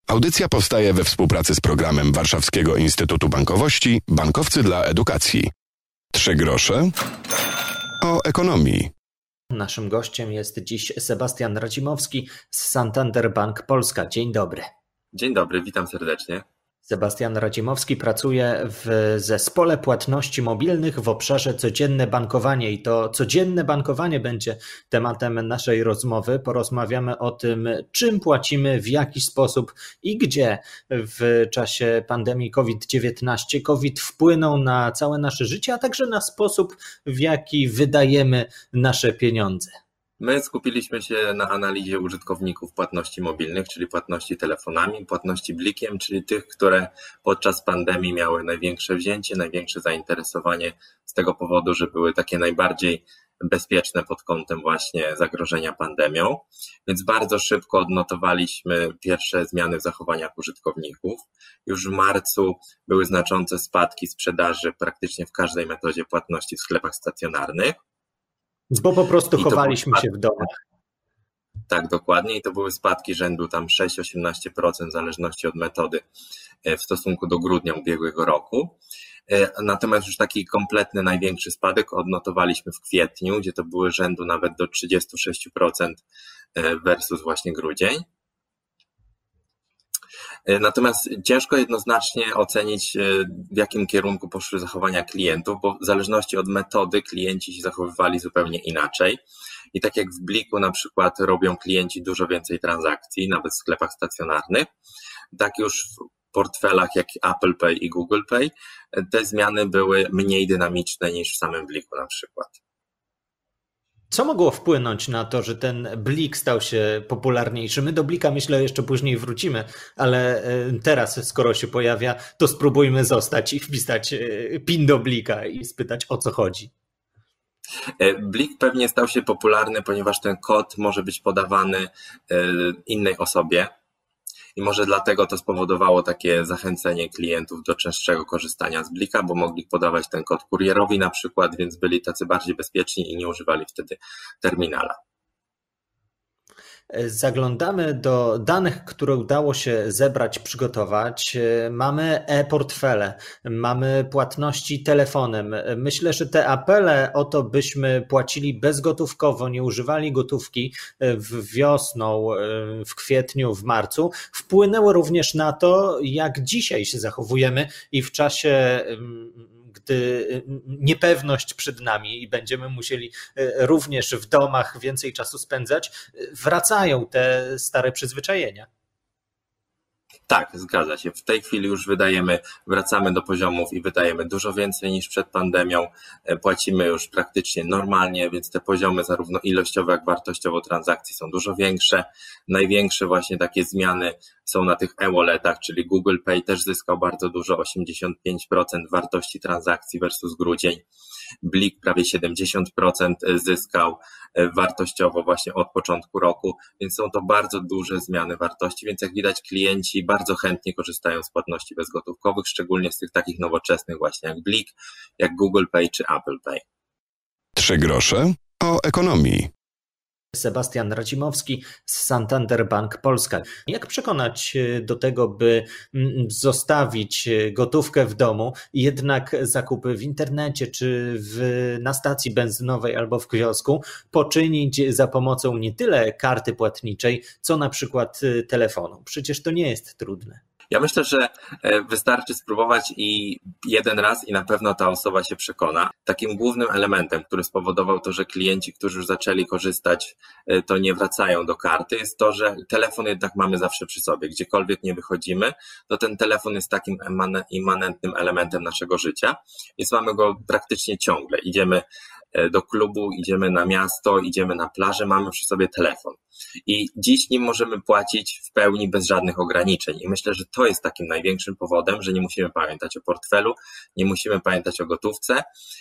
Audycja powstaje we współpracy z programem Warszawskiego Instytutu Bankowości Bankowcy dla Edukacji. 3 grosze o ekonomii. Naszym gościem jest dziś Sebastian Radzimowski z Santander Bank Polska. Dzień dobry. Dzień dobry, witam serdecznie. Sebastian Radzimowski pracuje w zespole płatności mobilnych w obszarze codzienne bankowanie i to codzienne bankowanie będzie tematem naszej rozmowy. Porozmawiamy o tym, czym płacimy, w jaki sposób i gdzie w czasie pandemii COVID-19 COVID wpłynął na całe nasze życie, a także na sposób, w jaki wydajemy nasze pieniądze. My skupiliśmy się na analizie użytkowników płatności mobilnych, czyli płatności telefonami, płatności blikiem, czyli tych, które podczas pandemii miały największe wzięcie, największe zainteresowanie z tego powodu, że były takie najbardziej bezpieczne pod kątem właśnie zagrożenia pandemią. Więc bardzo szybko odnotowaliśmy pierwsze zmiany w zachowaniach użytkowników. Już w marcu były znaczące spadki sprzedaży praktycznie w każdej metodzie płatności w sklepach stacjonarnych. Bo po prostu chowaliśmy się w domach. Tak, dokładnie. I to były spadki rzędu tam 6-18% w zależności od metody w stosunku do grudnia ubiegłego roku. Natomiast już taki kompletny, największy spadek odnotowaliśmy w kwietniu, gdzie to były rzędu nawet do 36% versus właśnie grudzień. Natomiast ciężko jednoznacznie ocenić, w jakim kierunku poszły zachowania klientów, bo w zależności od metody klienci się zachowywali zupełnie inaczej. I tak jak w Bliku na przykład robią klienci dużo więcej transakcji, nawet w sklepach stacjonarnych, tak już w portfelach jak Apple Pay i Google Pay te zmiany były mniej dynamiczne niż w samym Bliku na przykład. Co mogło wpłynąć na to, że ten Blik stał się popularniejszy? My do Blika, myślę, jeszcze później wrócimy, ale teraz, skoro się pojawia, to spróbujmy zostać i wpisać PIN do Blika i spytać, o co chodzi. Blik pewnie stał się popularny, ponieważ ten kod może być podawany innej osobie. I może dlatego to spowodowało takie zachęcenie klientów do częstszego korzystania z Blika, bo mogli podawać ten kod kurierowi na przykład, więc byli tacy bardziej bezpieczni i nie używali wtedy terminala. Zaglądamy do danych, które udało się zebrać, przygotować. Mamy e-portfele, mamy płatności telefonem. Myślę, że te apele o to, byśmy płacili bezgotówkowo, nie używali gotówki wiosną, w kwietniu, w marcu, wpłynęły również na to, jak dzisiaj się zachowujemy i w czasie, gdy niepewność przed nami i będziemy musieli również w domach więcej czasu spędzać, wracają te stare przyzwyczajenia. Tak, zgadza się. W tej chwili już wracamy do poziomów i wydajemy dużo więcej niż przed pandemią. Płacimy już praktycznie normalnie, więc te poziomy zarówno ilościowo, jak wartościowo transakcji są dużo większe. Największe właśnie takie zmiany są na tych e-walletach, czyli Google Pay też zyskał bardzo dużo, 85% wartości transakcji versus grudzień. Blik prawie 70% zyskał wartościowo właśnie od początku roku, więc są to bardzo duże zmiany wartości, więc jak widać klienci bardzo chętnie korzystają z płatności bezgotówkowych, szczególnie z tych takich nowoczesnych właśnie jak Blik, jak Google Pay czy Apple Pay. 3 grosze o ekonomii. Sebastian Radzimowski z Santander Bank Polska. Jak przekonać do tego, by zostawić gotówkę w domu i jednak zakupy w internecie czy na stacji benzynowej albo w kiosku poczynić za pomocą nie tyle karty płatniczej, co na przykład telefonu? Przecież to nie jest trudne. Ja myślę, że wystarczy spróbować i jeden raz i na pewno ta osoba się przekona. Takim głównym elementem, który spowodował to, że klienci, którzy już zaczęli korzystać, to nie wracają do karty, jest to, że telefon jednak mamy zawsze przy sobie. Gdziekolwiek nie wychodzimy, to ten telefon jest takim immanentnym elementem naszego życia, więc mamy go praktycznie ciągle. Idziemy do klubu, idziemy na miasto, idziemy na plażę, mamy przy sobie telefon. I dziś nim możemy płacić w pełni bez żadnych ograniczeń. I myślę, że to jest takim największym powodem, że nie musimy pamiętać o portfelu, nie musimy pamiętać o gotówce,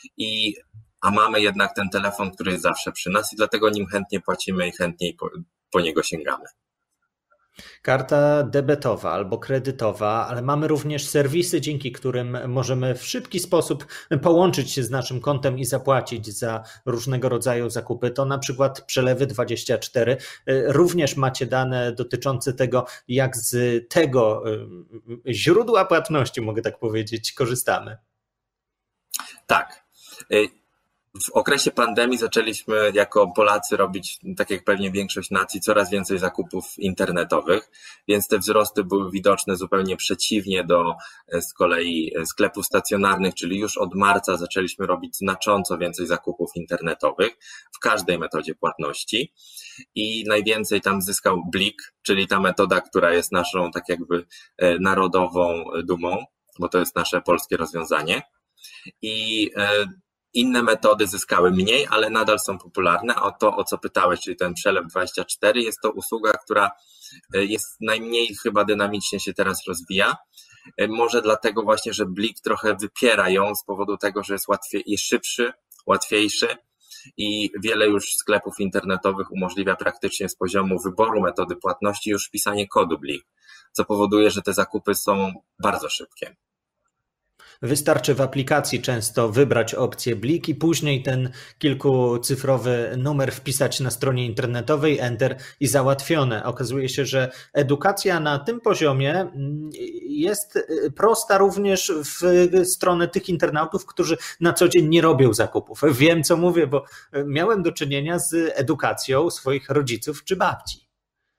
a mamy jednak ten telefon, który jest zawsze przy nas i dlatego nim chętnie płacimy i chętniej po niego sięgamy. Karta debetowa albo kredytowa, ale mamy również serwisy, dzięki którym możemy w szybki sposób połączyć się z naszym kontem i zapłacić za różnego rodzaju zakupy. To na przykład Przelewy24. Również macie dane dotyczące tego, jak z tego źródła płatności, mogę tak powiedzieć, korzystamy. Tak. W okresie pandemii zaczęliśmy jako Polacy robić, tak jak pewnie większość nacji, coraz więcej zakupów internetowych, więc te wzrosty były widoczne zupełnie przeciwnie do z kolei sklepów stacjonarnych, czyli już od marca zaczęliśmy robić znacząco więcej zakupów internetowych w każdej metodzie płatności i najwięcej tam zyskał Blik, czyli ta metoda, która jest naszą tak jakby narodową dumą, bo to jest nasze polskie rozwiązanie. I inne metody zyskały mniej, ale nadal są popularne, a to, o co pytałeś, czyli ten Przelew24, jest to usługa, która jest najmniej chyba dynamicznie się teraz rozwija. Może dlatego właśnie, że Blik trochę wypiera ją z powodu tego, że jest szybszy, łatwiejszy i wiele już sklepów internetowych umożliwia praktycznie z poziomu wyboru metody płatności już wpisanie kodu Blik, co powoduje, że te zakupy są bardzo szybkie. Wystarczy w aplikacji często wybrać opcję Blik i później ten kilkucyfrowy numer wpisać na stronie internetowej, enter i załatwione. Okazuje się, że edukacja na tym poziomie jest prosta również w stronę tych internautów, którzy na co dzień nie robią zakupów. Wiem, co mówię, bo miałem do czynienia z edukacją swoich rodziców czy babci.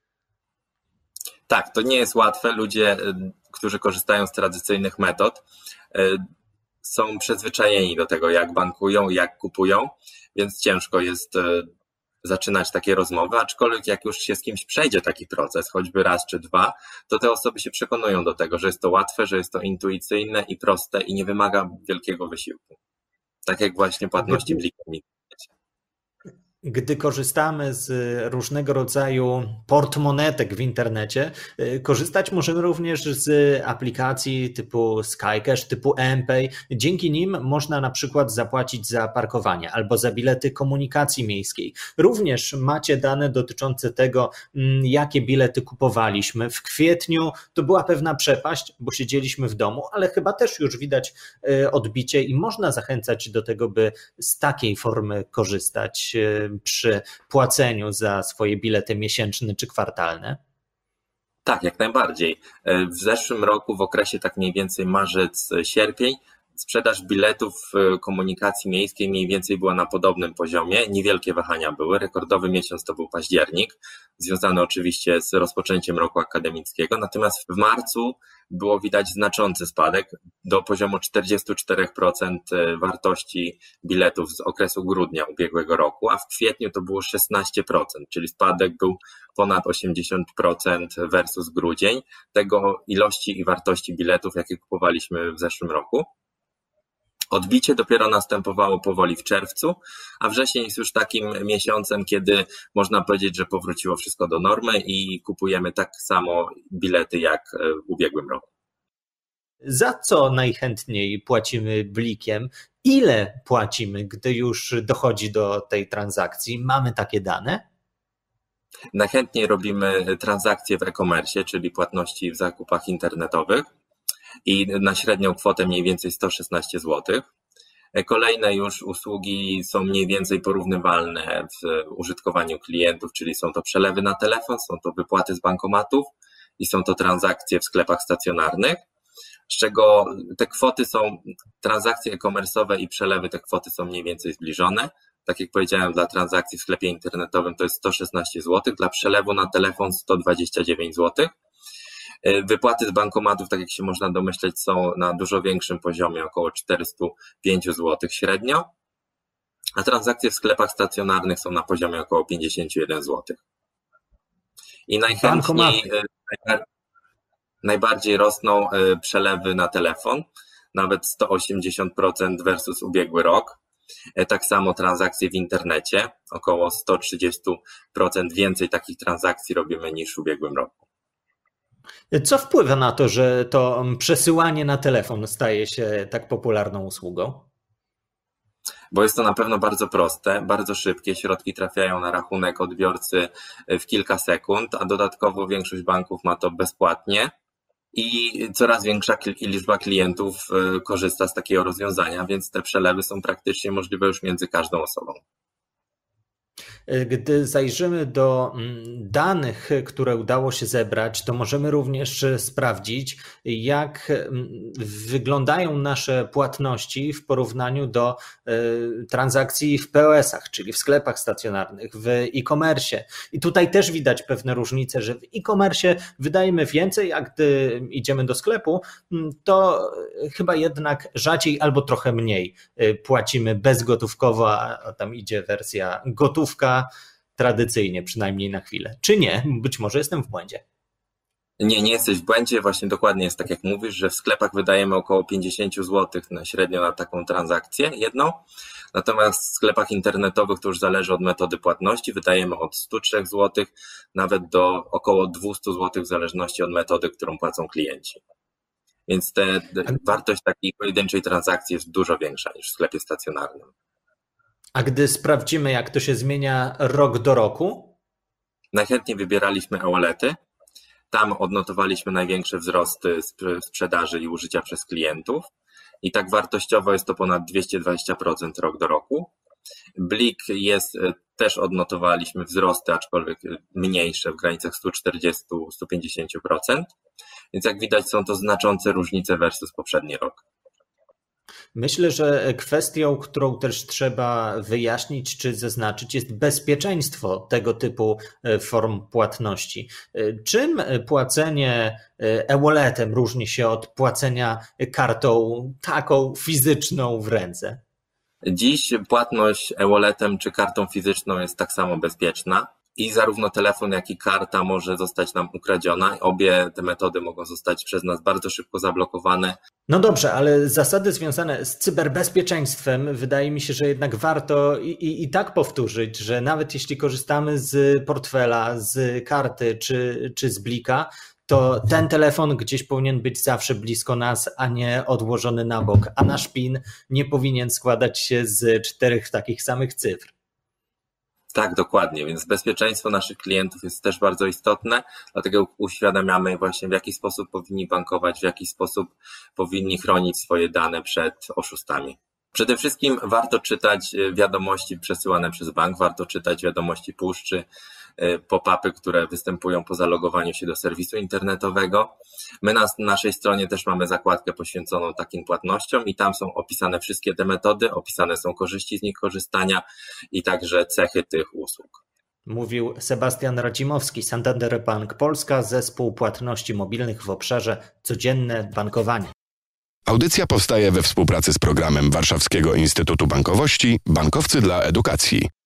Tak, to nie jest łatwe. Ludzie, którzy korzystają z tradycyjnych metod, są przyzwyczajeni do tego, jak bankują, jak kupują, więc ciężko jest zaczynać takie rozmowy, aczkolwiek jak już się z kimś przejdzie taki proces, choćby raz czy dwa, to te osoby się przekonują do tego, że jest to łatwe, że jest to intuicyjne i proste i nie wymaga wielkiego wysiłku. Tak jak właśnie płatności Blikiem. Gdy korzystamy z różnego rodzaju portmonetek w internecie, korzystać możemy również z aplikacji typu SkyCash, typu mPay. Dzięki nim można na przykład zapłacić za parkowanie albo za bilety komunikacji miejskiej. Również macie dane dotyczące tego, jakie bilety kupowaliśmy. W kwietniu to była pewna przepaść, bo siedzieliśmy w domu, ale chyba też już widać odbicie i można zachęcać do tego, by z takiej formy korzystać przy płaceniu za swoje bilety miesięczne czy kwartalne? Tak, jak najbardziej. W zeszłym roku, w okresie tak mniej więcej marzec-sierpień, sprzedaż biletów komunikacji miejskiej mniej więcej była na podobnym poziomie. Niewielkie wahania były. Rekordowy miesiąc to był październik, związany oczywiście z rozpoczęciem roku akademickiego. Natomiast w marcu było widać znaczący spadek do poziomu 44% wartości biletów z okresu grudnia ubiegłego roku, a w kwietniu to było 16%, czyli spadek był ponad 80% versus grudzień tego ilości i wartości biletów, jakie kupowaliśmy w zeszłym roku. Odbicie dopiero następowało powoli w czerwcu, a wrzesień jest już takim miesiącem, kiedy można powiedzieć, że powróciło wszystko do normy i kupujemy tak samo bilety jak w ubiegłym roku. Za co najchętniej płacimy Blikiem? Ile płacimy, gdy już dochodzi do tej transakcji? Mamy takie dane? Najchętniej robimy transakcje w e-commerce, czyli płatności w zakupach internetowych i na średnią kwotę mniej więcej 116 zł. Kolejne już usługi są mniej więcej porównywalne w użytkowaniu klientów, czyli są to przelewy na telefon, są to wypłaty z bankomatów i są to transakcje w sklepach stacjonarnych, z czego te kwoty są, transakcje e-commerce'owe i przelewy, te kwoty są mniej więcej zbliżone. Tak jak powiedziałem, dla transakcji w sklepie internetowym to jest 116 zł, dla przelewu na telefon 129 zł. Wypłaty z bankomatów, tak jak się można domyśleć, są na dużo większym poziomie, około 405 zł średnio, a transakcje w sklepach stacjonarnych są na poziomie około 51 zł. I najbardziej rosną przelewy na telefon, nawet 180% versus ubiegły rok. Tak samo transakcje w internecie, około 130% więcej takich transakcji robimy niż w ubiegłym roku. Co wpływa na to, że to przesyłanie na telefon staje się tak popularną usługą? bo jest to na pewno bardzo proste, bardzo szybkie, środki trafiają na rachunek odbiorcy w kilka sekund, a dodatkowo większość banków ma to bezpłatnie i coraz większa liczba klientów korzysta z takiego rozwiązania, więc te przelewy są praktycznie możliwe już między każdą osobą. Gdy zajrzymy do danych, które udało się zebrać, to możemy również sprawdzić, jak wyglądają nasze płatności w porównaniu do transakcji w POS-ach, czyli w sklepach stacjonarnych, w e-commerce. I tutaj też widać pewne różnice, że w e-commerce wydajemy więcej, a gdy idziemy do sklepu, to chyba jednak rzadziej albo trochę mniej płacimy bezgotówkowo, a tam idzie wersja gotówka, tradycyjnie, przynajmniej na chwilę. Czy nie? Być może jestem w błędzie. Nie jesteś w błędzie. Właśnie dokładnie jest tak, jak mówisz, że w sklepach wydajemy około 50 zł średnio na taką transakcję jedną. Natomiast w sklepach internetowych to już zależy od metody płatności. Wydajemy od 103 zł nawet do około 200 zł w zależności od metody, którą płacą klienci. Więc wartość takiej pojedynczej transakcji jest dużo większa niż w sklepie stacjonarnym. A gdy sprawdzimy, jak to się zmienia rok do roku? Najchętniej wybieraliśmy e-wallety. Tam odnotowaliśmy największe wzrosty sprzedaży i użycia przez klientów. I tak wartościowo jest to ponad 220% rok do roku. Blik też odnotowaliśmy wzrosty, aczkolwiek mniejsze, w granicach 140-150%. Więc jak widać, są to znaczące różnice versus poprzedni rok. Myślę, że kwestią, którą też trzeba wyjaśnić czy zaznaczyć, jest bezpieczeństwo tego typu form płatności. Czym płacenie e-walletem różni się od płacenia kartą taką fizyczną w ręce? Dziś płatność e-walletem czy kartą fizyczną jest tak samo bezpieczna. I zarówno telefon, jak i karta może zostać nam ukradziona. Obie te metody mogą zostać przez nas bardzo szybko zablokowane. No dobrze, ale zasady związane z cyberbezpieczeństwem wydaje mi się, że jednak warto i tak powtórzyć, że nawet jeśli korzystamy z portfela, z karty czy z blika, to ten telefon gdzieś powinien być zawsze blisko nas, a nie odłożony na bok, a nasz PIN nie powinien składać się z 4 takich samych cyfr. Tak, dokładnie, więc bezpieczeństwo naszych klientów jest też bardzo istotne, dlatego uświadamiamy właśnie, w jaki sposób powinni bankować, w jaki sposób powinni chronić swoje dane przed oszustami. Przede wszystkim warto czytać wiadomości przesyłane przez bank, warto czytać wiadomości push czy pop-upy, które występują po zalogowaniu się do serwisu internetowego. My na naszej stronie też mamy zakładkę poświęconą takim płatnościom i tam są opisane wszystkie te metody, opisane są korzyści z nich korzystania i także cechy tych usług. Mówił Sebastian Radzimowski, Santander Bank Polska, zespół płatności mobilnych w obszarze codzienne bankowanie. Audycja powstaje we współpracy z programem Warszawskiego Instytutu Bankowości Bankowcy dla Edukacji.